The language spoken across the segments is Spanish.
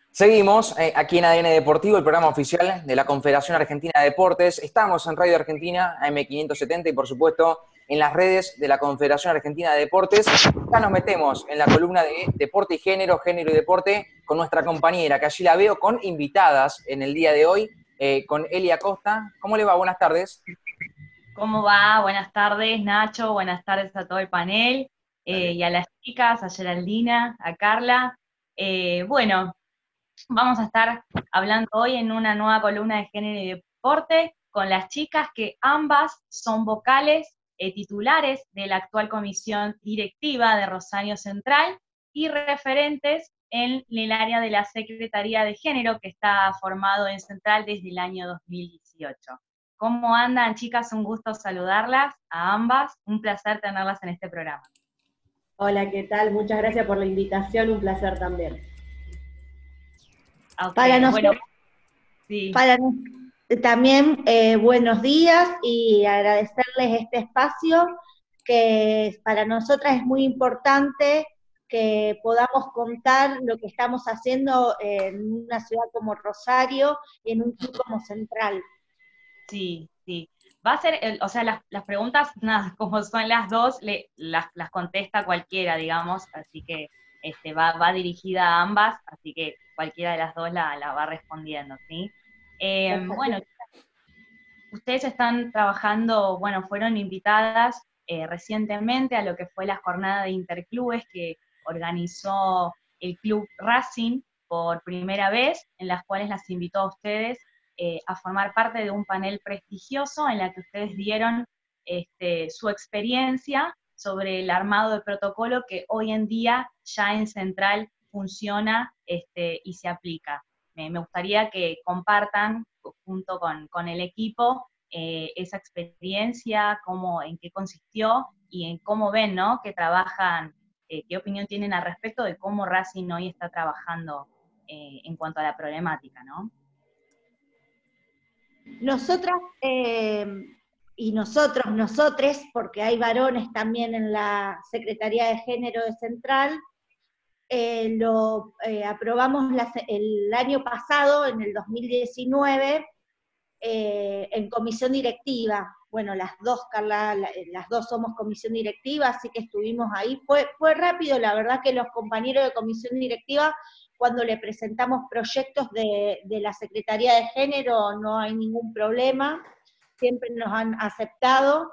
Seguimos aquí en ADN Deportivo, el programa oficial de la Confederación Argentina de Deportes. Estamos en Radio Argentina, AM570, y por supuesto en las redes de la Confederación Argentina de Deportes. Ya nos metemos en la columna de Deporte y Género, Género y Deporte, con nuestra compañera, que allí la veo con invitadas en el día de hoy, con Elia Costa. ¿Cómo le va? Buenas tardes. ¿Cómo va? Buenas tardes, Nacho. Buenas tardes a todo el panel y a las chicas, a Geraldina, a Carla. Bueno, vamos a estar hablando hoy en una nueva columna de género y deporte con las chicas que ambas son vocales titulares de la actual comisión directiva de Rosario Central y referentes en el área de la Secretaría de Género que está formado en Central desde el año 2018. ¿Cómo andan, chicas? Un gusto saludarlas a ambas. Un placer tenerlas en este programa. Hola, ¿qué tal? Muchas gracias por la invitación, un placer también. Okay. Para nosotros, bueno, sí. También buenos días y agradecerles este espacio que para nosotras es muy importante que podamos contar lo que estamos haciendo en una ciudad como Rosario y en un club como Central. Sí, sí. Va a ser, o sea, las preguntas, nada, como son las dos, las contesta cualquiera, digamos, así que va dirigida a ambas, así que cualquiera de las dos la va respondiendo, ¿sí? Bueno, ustedes están trabajando, bueno, fueron invitadas recientemente a lo que fue la jornada de interclubes que organizó el Club Racing por primera vez, en las cuales las invitó a ustedes a formar parte de un panel prestigioso en la que ustedes dieron su experiencia sobre el armado de protocolo que hoy en día ya en Central funciona y se aplica. Me gustaría que compartan junto con el equipo esa experiencia, en qué consistió y en cómo ven, ¿no? Que trabajan, qué opinión tienen al respecto de cómo Racing hoy está trabajando en cuanto a la problemática, ¿no? Nosotras y nosotres, porque hay varones también en la Secretaría de Género de Central, lo aprobamos el año pasado, en el 2019, en comisión directiva. Bueno, las dos, Carla, las dos somos comisión directiva, así que estuvimos ahí. Fue rápido, la verdad que los compañeros de comisión directiva, cuando le presentamos proyectos de la Secretaría de Género, no hay ningún problema, siempre nos han aceptado.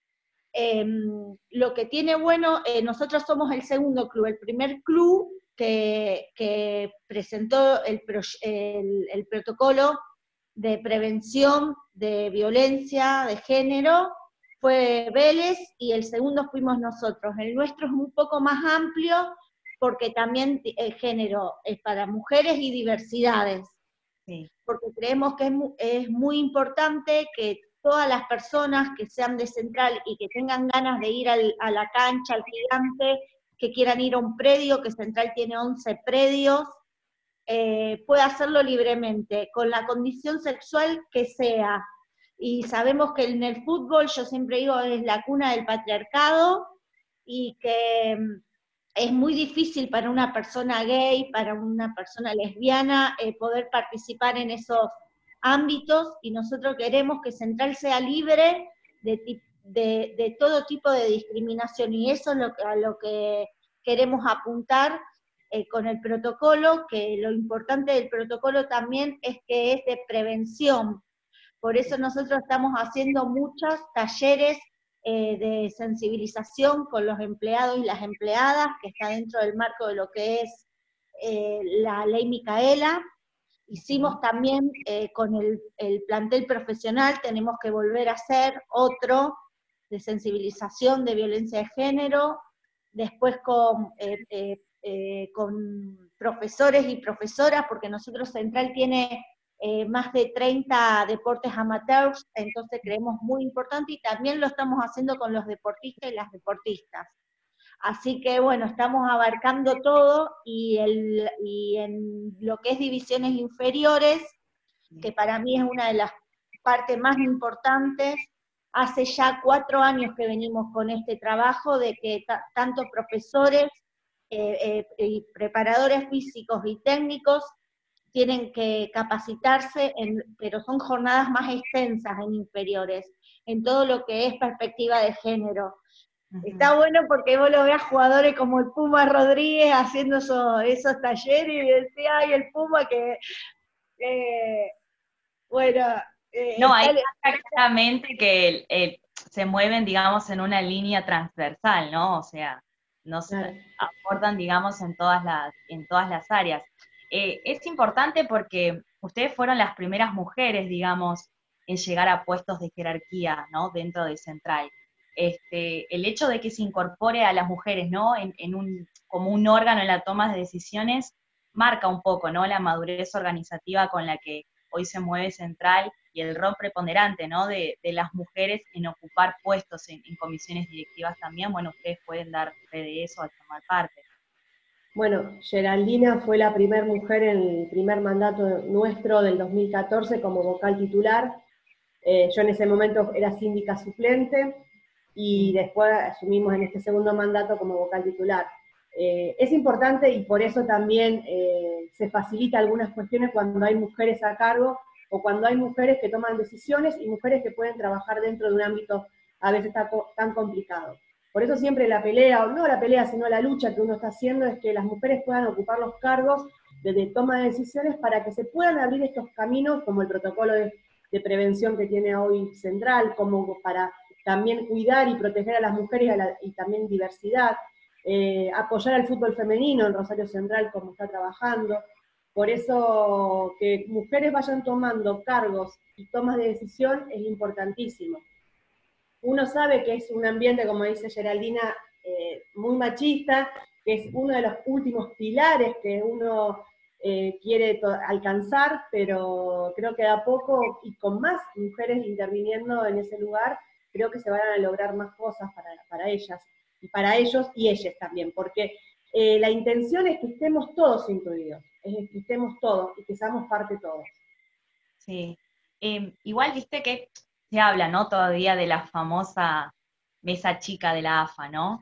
Lo que tiene bueno, nosotros somos el segundo club, el primer club que presentó el protocolo de prevención de violencia de género fue Vélez y el segundo fuimos nosotros. El nuestro es un poco más amplio porque también el género es para mujeres y diversidades. Sí. Porque creemos que es muy importante que todas las personas que sean de Central y que tengan ganas de ir a la cancha, al gigante, que quieran ir a un predio, que Central tiene 11 predios, puede hacerlo libremente, con la condición sexual que sea. Y sabemos que en el fútbol, yo siempre digo, es la cuna del patriarcado, y que es muy difícil para una persona gay, para una persona lesbiana, poder participar en esos ámbitos, y nosotros queremos que Central sea libre de todo tipo de discriminación, y eso es a lo que queremos apuntar con el protocolo, que lo importante del protocolo también es que es de prevención. Por eso nosotros estamos haciendo muchos talleres de sensibilización con los empleados y las empleadas, que está dentro del marco de lo que es la ley Micaela. Hicimos también con el plantel profesional, tenemos que volver a hacer otro de sensibilización de violencia de género, después con profesores y profesoras, porque nosotros Central tiene más de 30 deportes amateurs, entonces creemos muy importante, y también lo estamos haciendo con los deportistas y las deportistas. Así que bueno, estamos abarcando todo, y en lo que es divisiones inferiores, que para mí es una de las partes más importantes, hace ya 4 años que venimos con este trabajo de que tanto profesores y preparadores físicos y técnicos tienen que capacitarse, pero son jornadas más extensas en inferiores, en todo lo que es perspectiva de género. Está bueno porque vos lo veas jugadores como el Puma Rodríguez haciendo esos talleres y decía, ay, el Puma que, bueno... No, ahí pasa claramente que se mueven, digamos, en una línea transversal, ¿no? O sea, nos aportan, digamos, en todas las áreas. Es importante porque ustedes fueron las primeras mujeres, digamos, en llegar a puestos de jerarquía, ¿no? Dentro de Central. El hecho de que se incorpore a las mujeres, ¿no? Como un órgano en la toma de decisiones, marca un poco, ¿no? La madurez organizativa con la que hoy se mueve Central y el rol preponderante, ¿no? De las mujeres en ocupar puestos en comisiones directivas también. Bueno, ustedes pueden dar fe de eso al tomar parte. Bueno, Geraldina fue la primera mujer en el primer mandato nuestro del 2014 como vocal titular. Yo en ese momento era síndica suplente y después asumimos en este segundo mandato como vocal titular. Es importante y por eso también se facilita algunas cuestiones cuando hay mujeres a cargo o cuando hay mujeres que toman decisiones y mujeres que pueden trabajar dentro de un ámbito a veces tan complicado. Por eso siempre la pelea, o no la pelea, sino la lucha que uno está haciendo es que las mujeres puedan ocupar los cargos de toma de decisiones para que se puedan abrir estos caminos, como el protocolo de prevención que tiene hoy Central, como para también cuidar y proteger a las mujeres y también diversidad, apoyar al fútbol femenino en Rosario Central como está trabajando. Por eso que mujeres vayan tomando cargos y tomas de decisión es importantísimo. Uno sabe que es un ambiente, como dice Geraldina, muy machista, que es uno de los últimos pilares que uno quiere alcanzar, pero creo que de a poco y con más mujeres interviniendo en ese lugar, creo que se van a lograr más cosas para ellas, y para ellos y ellas también, porque la intención es que estemos todos incluidos, es que estemos todos y que seamos parte todos. Sí, igual viste que se habla, ¿no? Todavía de la famosa mesa chica de la AFA, ¿no?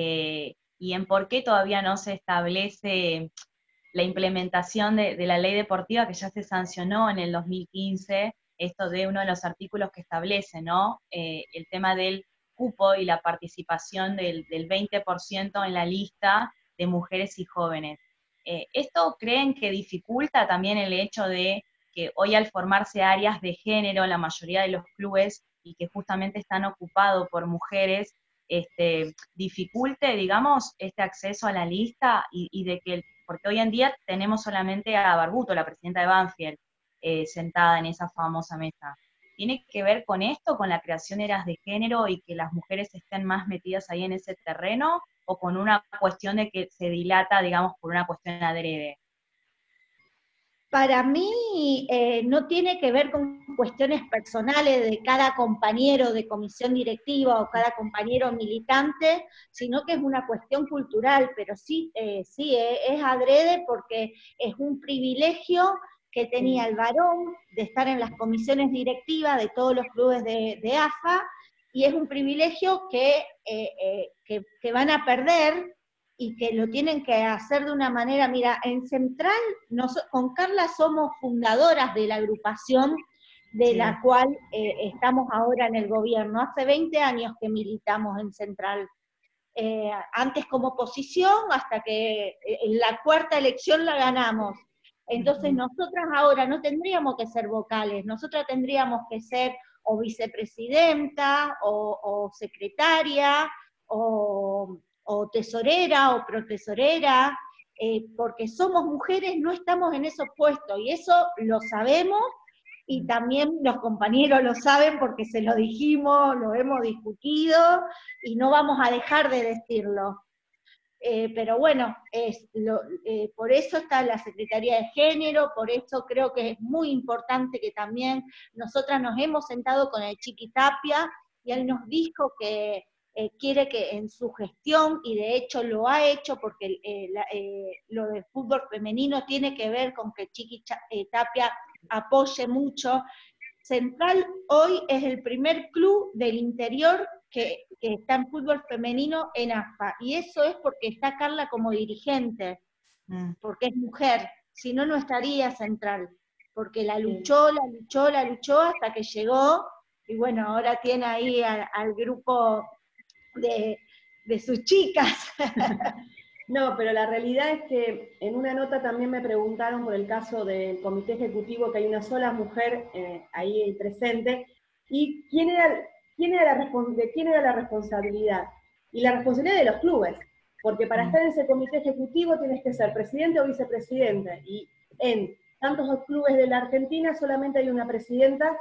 Y en por qué todavía no se establece la implementación de la ley deportiva que ya se sancionó en el 2015, esto de uno de los artículos que establece, ¿no? El tema del cupo y la participación del 20% en la lista de mujeres y jóvenes. ¿Esto creen que dificulta también el hecho de que hoy al formarse áreas de género en la mayoría de los clubes y que justamente están ocupados por mujeres, dificulte, digamos, este acceso a la lista y de que, porque hoy en día tenemos solamente a Barbuto, la presidenta de Banfield, sentada en esa famosa mesa? ¿Tiene que ver con esto, con la creación de áreas de género y que las mujeres estén más metidas ahí en ese terreno, o con una cuestión de que se dilata, digamos, por una cuestión adrede? Para mí no tiene que ver con cuestiones personales de cada compañero de comisión directiva o cada compañero militante, sino que es una cuestión cultural, pero sí, es adrede porque es un privilegio que tenía el varón de estar en las comisiones directivas de todos los clubes de AFA, y es un privilegio que van a perder y que lo tienen que hacer de una manera. Mira, en Central, con Carla somos fundadoras de la agrupación de la cual estamos ahora en el gobierno. Hace 20 años que militamos en Central. Antes como oposición, hasta que en la cuarta elección la ganamos. Entonces nosotras ahora no tendríamos que ser vocales, nosotras tendríamos que ser o vicepresidenta, o secretaria, o tesorera, o protesorera, porque somos mujeres, no estamos en esos puestos, y eso lo sabemos, y también los compañeros lo saben porque se lo dijimos, lo hemos discutido, y no vamos a dejar de decirlo. Pero bueno, por eso está la Secretaría de Género, por eso creo que es muy importante que también nosotras nos hemos sentado con el Chiqui Tapia, y él nos dijo que quiere que en su gestión, y de hecho lo ha hecho, porque lo del fútbol femenino tiene que ver con que Chiqui Tapia apoye mucho. Central hoy es el primer club del interior que está en fútbol femenino en AFA, y eso es porque está Carla como dirigente, porque es mujer. si no, no estaría Central, porque la luchó hasta que llegó, y bueno, ahora tiene ahí al grupo de sus chicas. No, pero la realidad es que en una nota también me preguntaron por el caso del comité ejecutivo, que hay una sola mujer ahí presente, y de quién era la responsabilidad. Y la responsabilidad de los clubes, porque para estar en ese comité ejecutivo tienes que ser presidente o vicepresidente, y en tantos clubes de la Argentina solamente hay una presidenta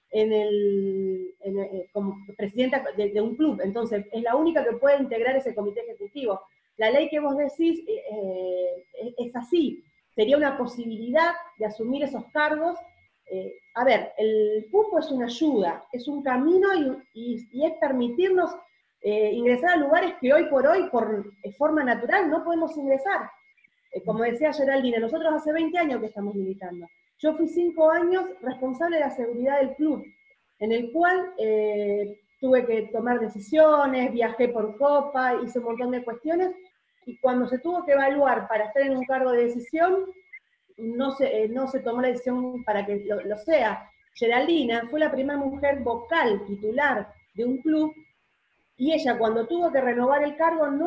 como presidenta de un club, entonces es la única que puede integrar ese comité ejecutivo. La ley que vos decís es así, sería una posibilidad de asumir esos cargos. A ver, el cupo es una ayuda, es un camino y es permitirnos ingresar a lugares que hoy por hoy, por forma natural, no podemos ingresar. Como decía Geraldine, nosotros hace 20 años que estamos militando. Yo fui 5 años responsable de la seguridad del club, en el cual tuve que tomar decisiones, viajé por Copa, hice un montón de cuestiones, y cuando se tuvo que evaluar para estar en un cargo de decisión, no se tomó la decisión para que lo sea. Geraldina fue la primera mujer vocal, titular de un club, y ella cuando tuvo que renovar el cargo no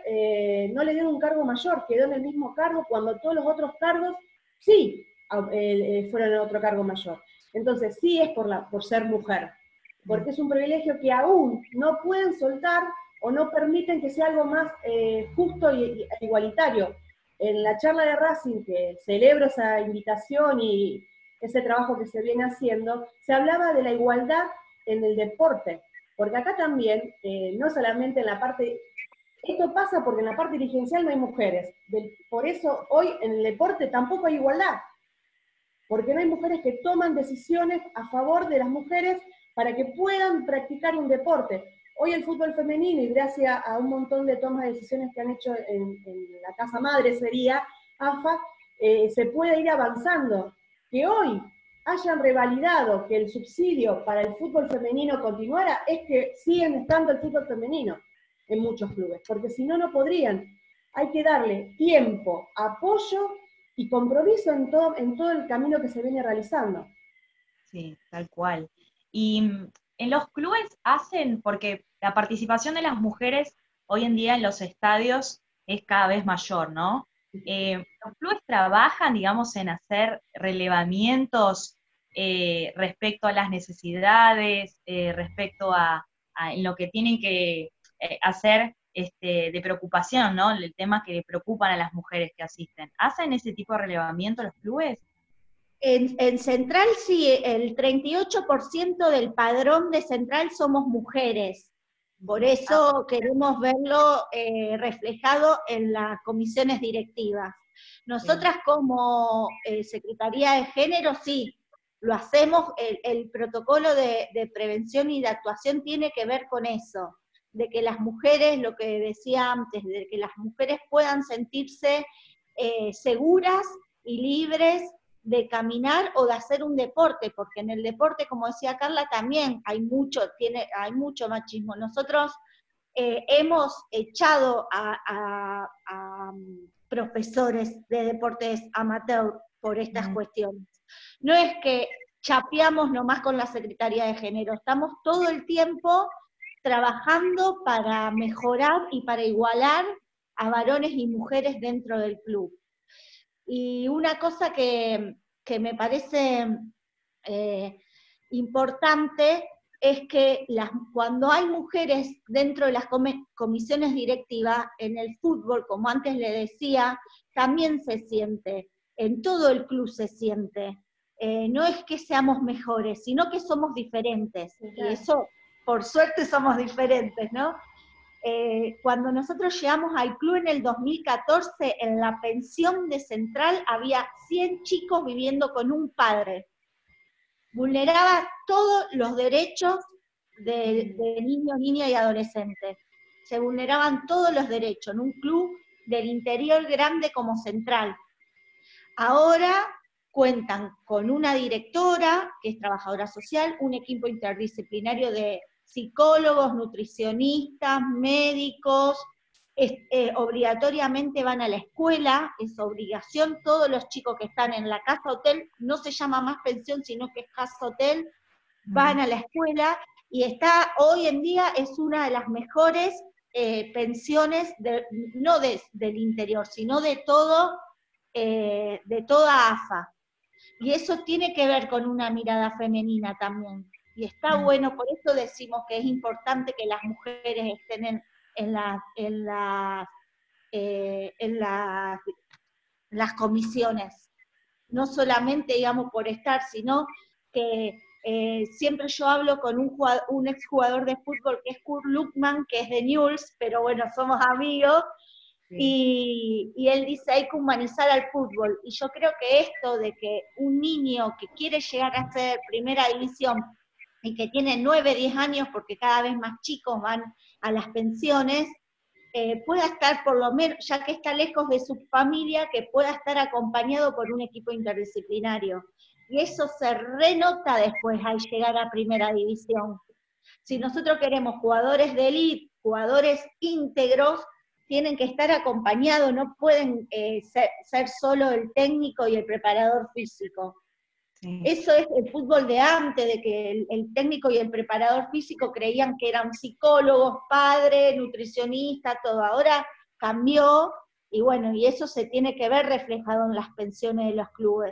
le dieron un cargo mayor, quedó en el mismo cargo, cuando todos los otros cargos sí fueron en otro cargo mayor. Entonces sí es por ser mujer, porque es un privilegio que aún no pueden soltar o no permiten que sea algo más justo e igualitario. En la charla de Racing, que celebro esa invitación y ese trabajo que se viene haciendo, se hablaba de la igualdad en el deporte, porque acá también, no solamente en la parte, esto pasa porque en la parte dirigencial no hay mujeres, por eso hoy en el deporte tampoco hay igualdad, porque no hay mujeres que toman decisiones a favor de las mujeres para que puedan practicar un deporte. Hoy el fútbol femenino, y gracias a un montón de tomas de decisiones que han hecho en la casa madre, sería AFA, se puede ir avanzando. Que hoy hayan revalidado que el subsidio para el fútbol femenino continuara, es que siguen estando el fútbol femenino en muchos clubes, porque si no, no podrían. Hay que darle tiempo, apoyo y compromiso en todo el camino que se viene realizando. Sí, tal cual. Y en los clubes hacen, porque la participación de las mujeres hoy en día en los estadios es cada vez mayor, ¿no? ¿Los clubes trabajan, digamos, en hacer relevamientos respecto a las necesidades, respecto en lo que tienen que hacer de preocupación, ¿no? El tema que le preocupan a las mujeres que asisten. ¿Hacen ese tipo de relevamiento los clubes? En Central sí, el 38% del padrón de Central somos mujeres. Por eso queremos verlo reflejado en las comisiones directivas. Nosotras como Secretaría de Género sí, lo hacemos, el protocolo de prevención y de actuación tiene que ver con eso, de que las mujeres, lo que decía antes, de que las mujeres puedan sentirse seguras y libres de caminar o de hacer un deporte, porque en el deporte, como decía Carla, también hay mucho machismo. Nosotros hemos echado a profesores de deportes amateur por estas cuestiones. No es que chapeamos nomás con la Secretaría de Género, estamos todo el tiempo trabajando para mejorar y para igualar a varones y mujeres dentro del club. Y una cosa que me parece importante es que cuando hay mujeres dentro de las comisiones directivas, en el fútbol, como antes le decía, también se siente, en todo el club se siente. No es que seamos mejores, sino que somos diferentes. Sí, claro. Y eso, por suerte, somos diferentes, ¿no? Cuando nosotros llegamos al club en el 2014, en la pensión de Central había 100 chicos viviendo con un padre. Vulneraba todos los derechos de niños, niñas y adolescentes. Se vulneraban todos los derechos en un club del interior grande como Central. Ahora cuentan con una directora, que es trabajadora social, un equipo interdisciplinario de psicólogos, nutricionistas, médicos, obligatoriamente van a la escuela, es obligación, todos los chicos que están en la casa hotel, no se llama más pensión, sino que es casa hotel, van a la escuela, y hoy en día es una de las mejores pensiones, no del interior, sino de toda AFA. Y eso tiene que ver con una mirada femenina también. Y está bueno, por eso decimos que es importante que las mujeres estén en las comisiones. No solamente, digamos, por estar, sino que siempre yo hablo con un exjugador de fútbol que es Kurt Lukman, que es de Newell's, pero bueno, somos amigos, sí. Y él dice, hay que humanizar al fútbol. Y yo creo que esto de que un niño que quiere llegar a ser primera división y que tiene 9, 10 años, porque cada vez más chicos van a las pensiones, pueda estar por lo menos, ya que está lejos de su familia, que pueda estar acompañado por un equipo interdisciplinario. Y eso se renota después al llegar a primera división. Si nosotros queremos jugadores de élite, jugadores íntegros, tienen que estar acompañados, no pueden ser solo el técnico y el preparador físico. Sí. Eso es el fútbol de antes, de que el técnico y el preparador físico creían que eran psicólogos, padres, nutricionistas, todo. Ahora cambió, y bueno, y eso se tiene que ver reflejado en las pensiones de los clubes.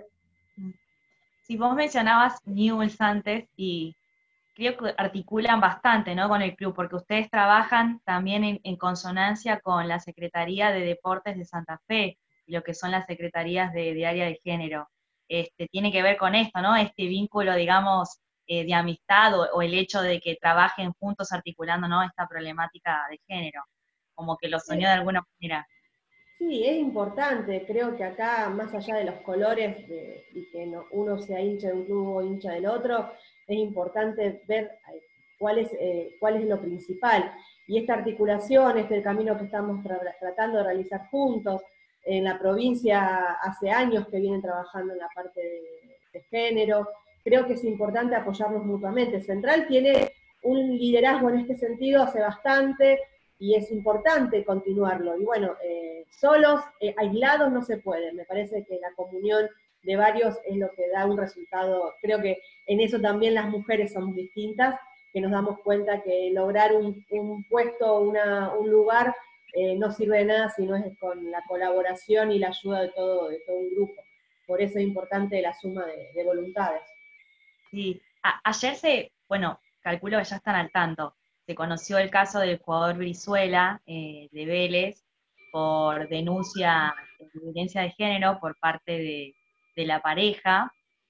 Sí, vos mencionabas Newell's antes, y creo que articulan bastante, ¿no?, con el club, porque ustedes trabajan también en consonancia con la Secretaría de Deportes de Santa Fe, y lo que son las secretarías de área de género. Tiene que ver con esto, ¿no?, este vínculo, digamos, de amistad, o el hecho de que trabajen juntos articulando, ¿no?, esta problemática de género, como que lo soñó de alguna manera. Sí, es importante, creo que acá, más allá de los colores y que uno sea hincha de un club o hincha del otro, es importante ver cuál es lo principal. Y esta articulación, este camino que estamos tratando de realizar juntos, en la provincia hace años que vienen trabajando en la parte de género, creo que es importante apoyarnos mutuamente. Central tiene un liderazgo en este sentido hace bastante, y es importante continuarlo. Y bueno, solos, aislados no se puede. Me parece que la comunión de varios es lo que da un resultado. Creo que en eso también las mujeres somos distintas, que nos damos cuenta que lograr un puesto, un lugar, no sirve de nada si no es con la colaboración y la ayuda de todo un grupo. Por eso es importante la suma de voluntades. Sí, ayer bueno, calculo que ya están al tanto, se conoció el caso del jugador Brizuela, de Vélez, por denuncia de violencia de género por parte de la pareja.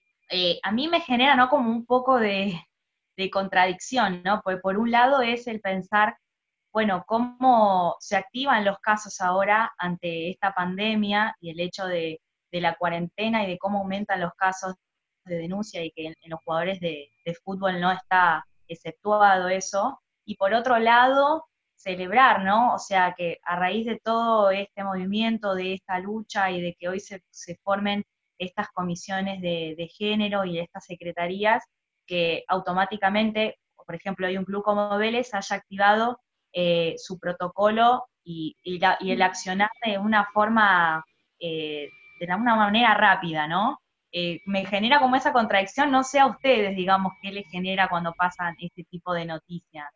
A mí me genera, ¿no?, como un poco de contradicción, ¿no? Porque por un lado es el pensar, bueno, cómo se activan los casos ahora ante esta pandemia y el hecho de la cuarentena, y de cómo aumentan los casos de denuncia, y que en los jugadores de fútbol no está exceptuado eso. Y por otro lado, celebrar, ¿no? O sea, que a raíz de todo este movimiento, de esta lucha, y de que hoy se formen estas comisiones de género y estas secretarías, que automáticamente, por ejemplo, hay un club como Vélez haya activado su protocolo y el accionar de una forma, de una manera rápida, ¿no? Me genera como esa contradicción, no sé a ustedes, digamos, qué les genera cuando pasan este tipo de noticias.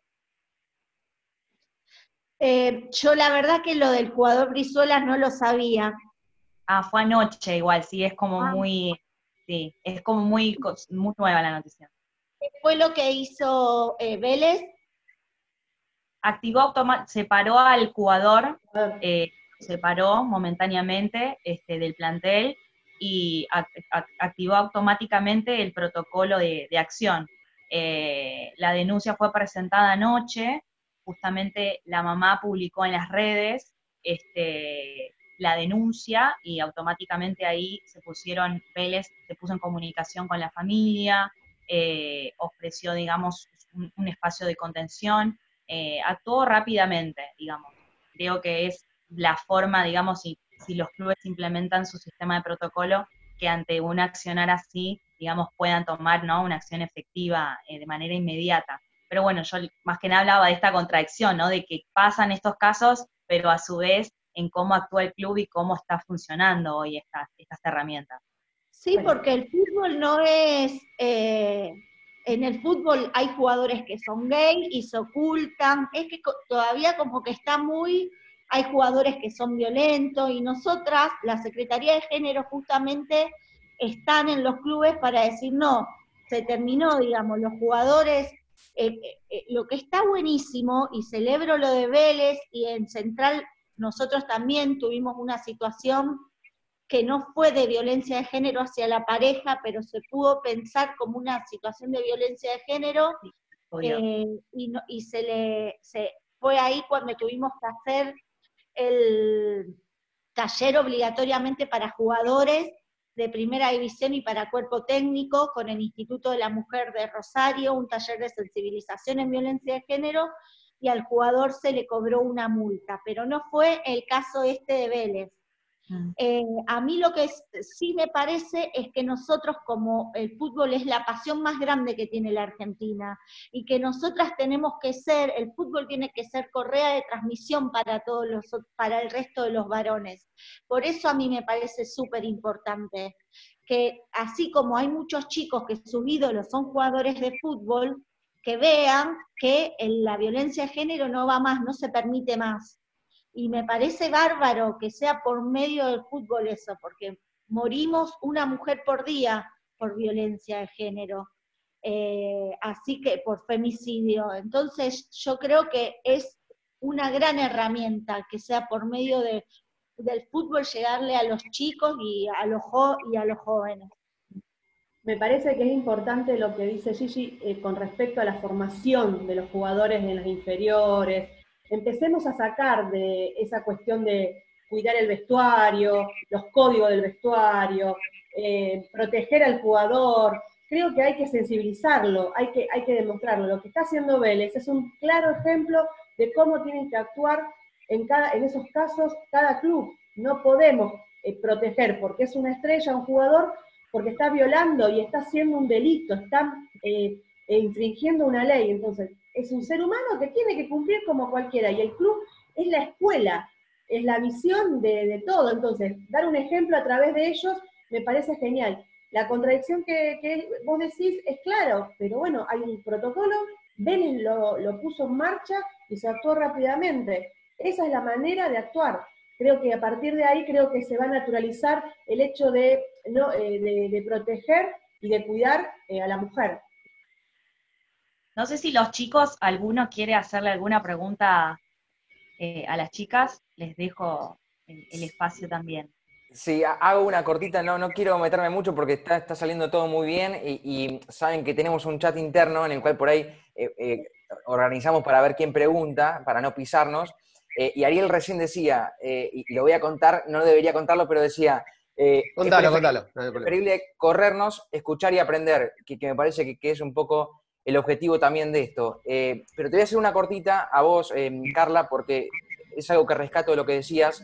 Yo la verdad que lo del jugador Brizuela no lo sabía. Fue anoche igual, sí, es como sí, es como muy nueva la noticia. ¿Qué fue lo que hizo Vélez? Activó separó al jugador, separó momentáneamente del plantel, y activó automáticamente el protocolo de acción. La denuncia fue presentada anoche, justamente la mamá publicó en las redes la denuncia, y automáticamente ahí Vélez se puso en comunicación con la familia, ofreció, digamos, un espacio de contención, actuó rápidamente, digamos. Creo que es la forma, digamos, si los clubes implementan su sistema de protocolo, que ante un accionar así, digamos, puedan tomar, ¿no?, una acción efectiva de manera inmediata. Pero bueno, yo más que nada hablaba de esta contradicción, ¿no?, de que pasan estos casos, pero a su vez en cómo actúa el club y cómo está funcionando hoy estas herramientas. Sí, porque el fútbol no es... en el fútbol hay jugadores que son gay y se ocultan, es que todavía como que está muy... Hay jugadores que son violentos y nosotras, la Secretaría de Género justamente, están en los clubes para decir, no, se terminó, digamos, los jugadores... lo que está buenísimo, y celebro lo de Vélez, y en Central nosotros también tuvimos una situación que no fue de violencia de género hacia la pareja, pero se pudo pensar como una situación de violencia de género, y fue ahí cuando tuvimos que hacer el taller obligatoriamente para jugadores de primera división y para cuerpo técnico con el Instituto de la Mujer de Rosario, un taller de sensibilización en violencia de género, y al jugador se le cobró una multa, pero no fue el caso este de Vélez. A mí lo que sí me parece es que nosotros, como el fútbol es la pasión más grande que tiene la Argentina, y que nosotras tenemos que ser, el fútbol tiene que ser correa de transmisión para el resto de los varones. Por eso a mí me parece súper importante que, así como hay muchos chicos que sus ídolos son jugadores de fútbol, que vean que la violencia de género no va más, no se permite más. Y me parece bárbaro que sea por medio del fútbol eso, porque morimos una mujer por día por violencia de género, así que por femicidio. Entonces yo creo que es una gran herramienta que sea por medio del fútbol llegarle a los chicos y a los jóvenes. Me parece que es importante lo que dice Gigi con respecto a la formación de los jugadores en las inferiores. Empecemos a sacar de esa cuestión de cuidar el vestuario, los códigos del vestuario, proteger al jugador. Creo que hay que sensibilizarlo, hay que demostrarlo. Lo que está haciendo Vélez es un claro ejemplo de cómo tienen que actuar en esos casos cada club. No podemos proteger porque es una estrella, un jugador, porque está violando y está haciendo un delito, está infringiendo una ley. Entonces, es un ser humano que tiene que cumplir como cualquiera, y el club es la escuela, es la visión de todo. Entonces, dar un ejemplo a través de ellos me parece genial. La contradicción que vos decís es claro, pero bueno, hay un protocolo, Vélez lo puso en marcha y se actuó rápidamente. Esa es la manera de actuar. Creo que a partir de ahí creo que se va a naturalizar el hecho de proteger y de cuidar a la mujer. No sé si los chicos, alguno quiere hacerle alguna pregunta a las chicas, les dejo el espacio también. Sí, hago una cortita, no quiero meterme mucho porque está saliendo todo muy bien y saben que tenemos un chat interno en el cual por ahí organizamos para ver quién pregunta, para no pisarnos. Y Ariel recién decía, y lo voy a contar, no debería contarlo, pero decía, Contalo. es preferible corrernos, escuchar y aprender, que me parece que es un poco el objetivo también de esto. Pero te voy a hacer una cortita a vos, Carla, porque es algo que rescato de lo que decías.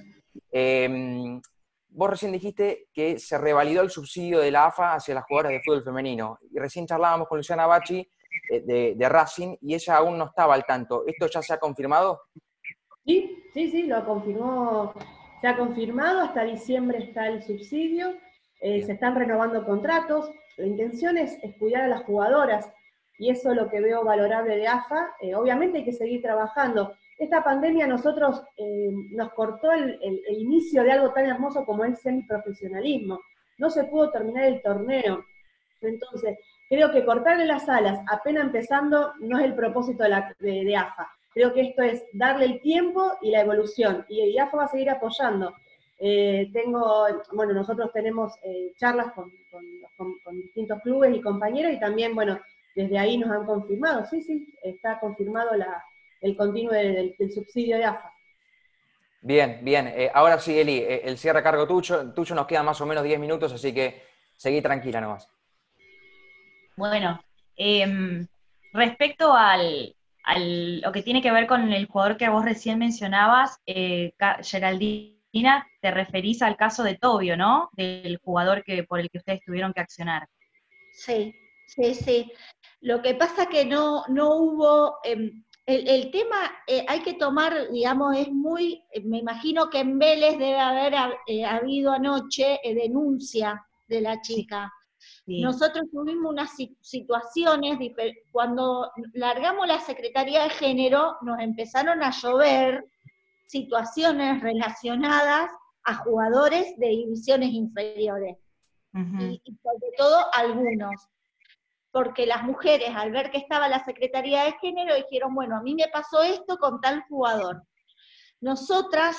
Vos recién dijiste que se revalidó el subsidio de la AFA hacia las jugadoras de fútbol femenino. Y recién charlábamos con Luciana Bacci de Racing y ella aún no estaba al tanto. ¿Esto ya se ha confirmado? Sí, lo confirmó, se ha confirmado, hasta diciembre está el subsidio, se están renovando contratos, la intención es cuidar a las jugadoras, y eso es lo que veo valorable de AFA. Obviamente hay que seguir trabajando. Esta pandemia a nosotros nos cortó el inicio de algo tan hermoso como el semiprofesionalismo. No se pudo terminar el torneo. Entonces, creo que cortarle las alas apenas empezando no es el propósito de AFA. Creo que esto es darle el tiempo y la evolución, y AFA va a seguir apoyando. Nosotros tenemos charlas con distintos clubes y compañeros, y también, desde ahí nos han confirmado, sí, está confirmado el continuo del subsidio de AFA. Bien. Ahora sí, Eli, el cierre a cargo tuyo, nos quedan más o menos 10 minutos, así que seguí tranquila nomás. Bueno, respecto a lo que tiene que ver con el jugador que vos recién mencionabas, Geraldina, te referís al caso de Tobio, ¿no? Del jugador por el que ustedes tuvieron que accionar. Sí. Lo que pasa que no hubo, El tema hay que tomar, digamos, es muy, me imagino que en Vélez debe haber habido anoche denuncia de la Sí, chica. sí. Nosotros tuvimos unas situaciones, cuando largamos la Secretaría de Género, nos empezaron a llover situaciones relacionadas a jugadores de divisiones inferiores, Ujú. y sobre todo algunos, porque las mujeres al ver que estaba la Secretaría de Género dijeron, bueno, a mí me pasó esto con tal jugador. Nosotras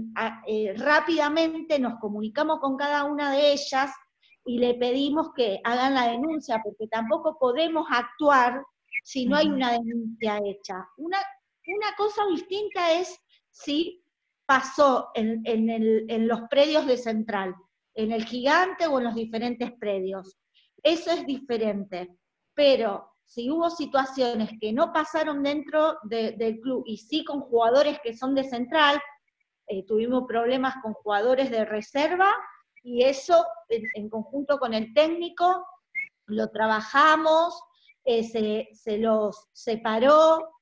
rápidamente nos comunicamos con cada una de ellas y le pedimos que hagan la denuncia, porque tampoco podemos actuar si no hay Ujú. una denuncia hecha. Una cosa distinta es si pasó en los predios de Central, en el Gigante o en los diferentes predios. Eso es diferente, pero si hubo situaciones que no pasaron dentro del club y sí con jugadores que son de Central, tuvimos problemas con jugadores de reserva y eso en conjunto con el técnico lo trabajamos, se los separó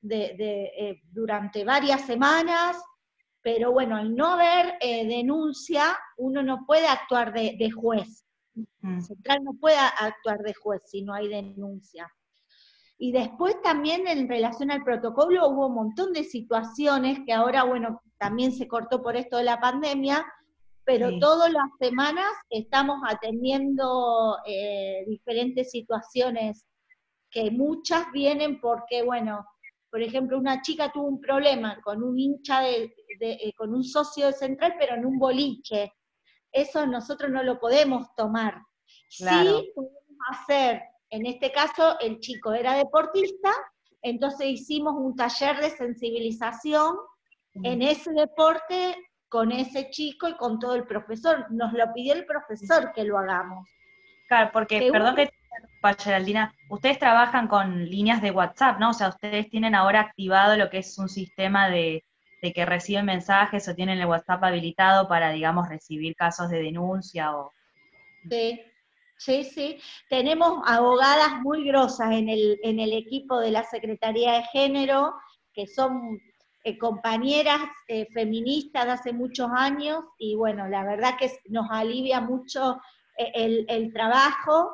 durante varias semanas, pero bueno, al no haber denuncia, uno no puede actuar de juez. Central no puede actuar de juez si no hay denuncia. Y después también en relación al protocolo hubo un montón de situaciones que ahora, bueno, también se cortó por esto de la pandemia, pero Sí, todas las semanas estamos atendiendo diferentes situaciones que muchas vienen porque, bueno, por ejemplo, una chica tuvo un problema con un hincha con un socio de Central, pero en un boliche. Eso nosotros no lo podemos tomar. claro. Sí podemos hacer, en este caso el chico era deportista, entonces hicimos un taller de sensibilización en ese deporte con ese chico y con todo el profesor. Nos lo pidió el profesor que lo hagamos. Claro, porque, Que perdón que te interrumpa, Geraldina, ustedes trabajan con líneas de WhatsApp, ¿no? O sea, ustedes tienen ahora activado lo que es un sistema de que reciben mensajes o tienen el WhatsApp habilitado para, digamos, recibir casos de denuncia o... sí, sí, sí. Tenemos abogadas muy grosas en el equipo de la Secretaría de Género, que son compañeras feministas de hace muchos años, y bueno, la verdad que nos alivia mucho el trabajo,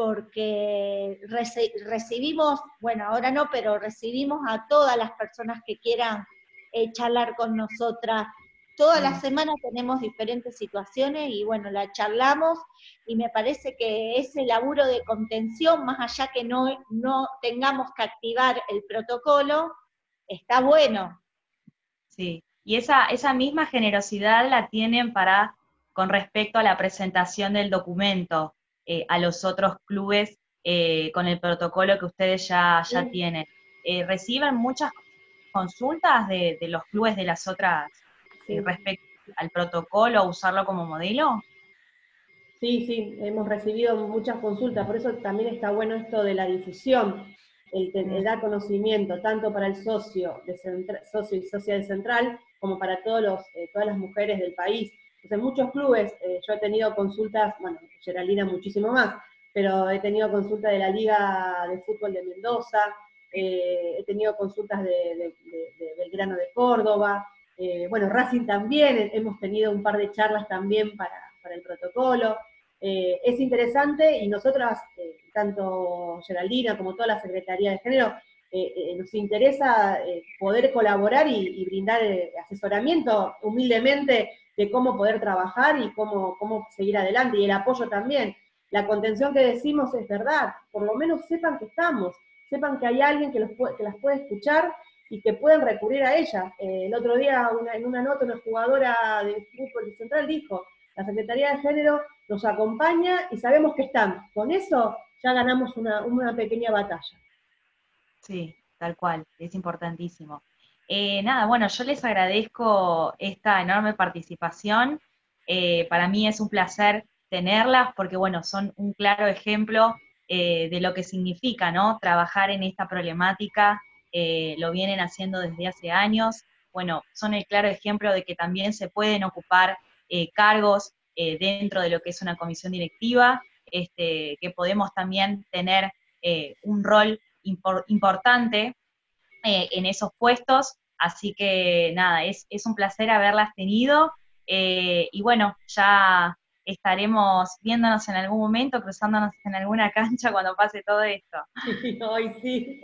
porque recibimos, bueno, ahora no, pero recibimos a todas las personas que quieran charlar con nosotras. Toda la semana tenemos diferentes situaciones y bueno, la charlamos, y me parece que ese laburo de contención, más allá que no tengamos que activar el protocolo, está bueno. Sí, y esa misma generosidad la tienen para, con respecto a la presentación del documento a los otros clubes con el protocolo que ustedes ya Sí, tienen. ¿Reciben muchas consultas de los clubes de las otras Sí. respecto al protocolo, a usarlo como modelo? Sí, sí, hemos recibido muchas consultas, por eso también está bueno esto de la difusión, el dar conocimiento tanto para el socio, socio y socia de Central, como para todas las mujeres del país. Entonces, en muchos clubes, yo he tenido consultas, bueno, Geraldina muchísimo más, pero he tenido consultas de la Liga de Fútbol de Mendoza, he tenido consultas de Belgrano de Córdoba, bueno, Racing también, hemos tenido un par de charlas también para el protocolo. Es interesante y nosotras, tanto Geraldina como toda la Secretaría de Género, nos interesa poder colaborar y brindar asesoramiento humildemente de cómo poder trabajar y cómo seguir adelante, y el apoyo también. La contención que decimos es verdad, por lo menos sepan que estamos, sepan que hay alguien que las puede escuchar y que pueden recurrir a ella. El otro día, en una nota, una jugadora de fútbol central dijo, la Secretaría de Género nos acompaña y sabemos que están. Con eso ya ganamos una pequeña batalla. Sí, tal cual, es importantísimo. Nada, bueno, yo les agradezco esta enorme participación. Para mí es un placer tenerlas porque, bueno, son un claro ejemplo de lo que significa, ¿no? Trabajar en esta problemática, lo vienen haciendo desde hace años. Bueno, son el claro ejemplo de que también se pueden ocupar cargos dentro de lo que es una comisión directiva, que podemos también tener un rol importante en esos puestos, así que nada, es un placer haberlas tenido, y bueno, ya estaremos viéndonos en algún momento, cruzándonos en alguna cancha cuando pase todo esto. Sí, ay, sí.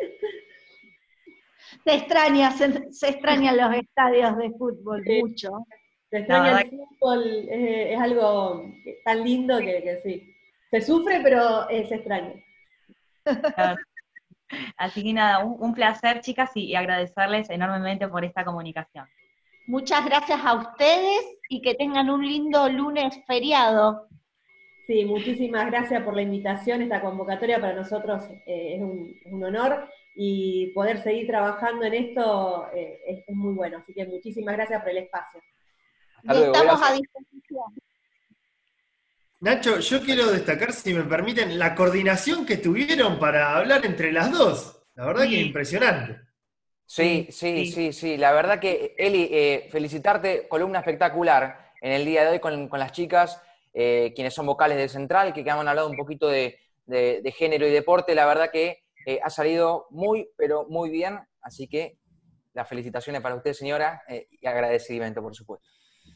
Se extrañan los estadios de fútbol mucho. Se La extraña verdad el fútbol, es algo tan lindo que sí. Se sufre, pero se extraña. Así que nada, un placer, chicas, y agradecerles enormemente por esta comunicación. Muchas gracias a ustedes y que tengan un lindo lunes feriado. Sí, muchísimas gracias por la invitación. Esta convocatoria para nosotros es un honor, y poder seguir trabajando en esto es muy bueno. Así que muchísimas gracias por el espacio. Hasta Y luego, estamos gracias. a disposición. Nacho, yo quiero destacar, si me permiten, la coordinación que tuvieron para hablar entre las dos. La verdad que Sí. impresionante. Sí. La verdad que, Eli, felicitarte, columna espectacular en el día de hoy con las chicas, quienes son vocales de Central, que han hablado un poquito de género y deporte. La verdad que ha salido muy, pero muy bien. Así que las felicitaciones para usted, señora, y agradecimiento, por supuesto.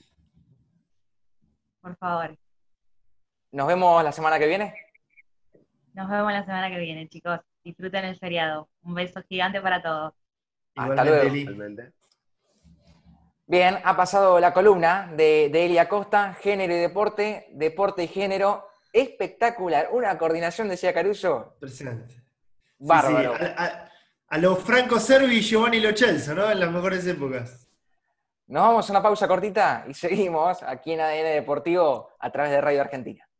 Por favor. Nos vemos la semana que viene. Nos vemos la semana que viene, chicos. Disfruten el feriado. Un beso gigante para todos. Hasta Igualmente, luego. Eli. Realmente. Bien, ha pasado la columna de Eli Acosta, género y deporte, deporte y género. Espectacular. Una coordinación, decía Caruso. Impresionante. Sí, Bárbaro. a los Franco Cervi y Giovanni Lo Celso, ¿no? En las mejores épocas. Nos vamos a una pausa cortita y seguimos aquí en ADN Deportivo a través de Radio Argentina.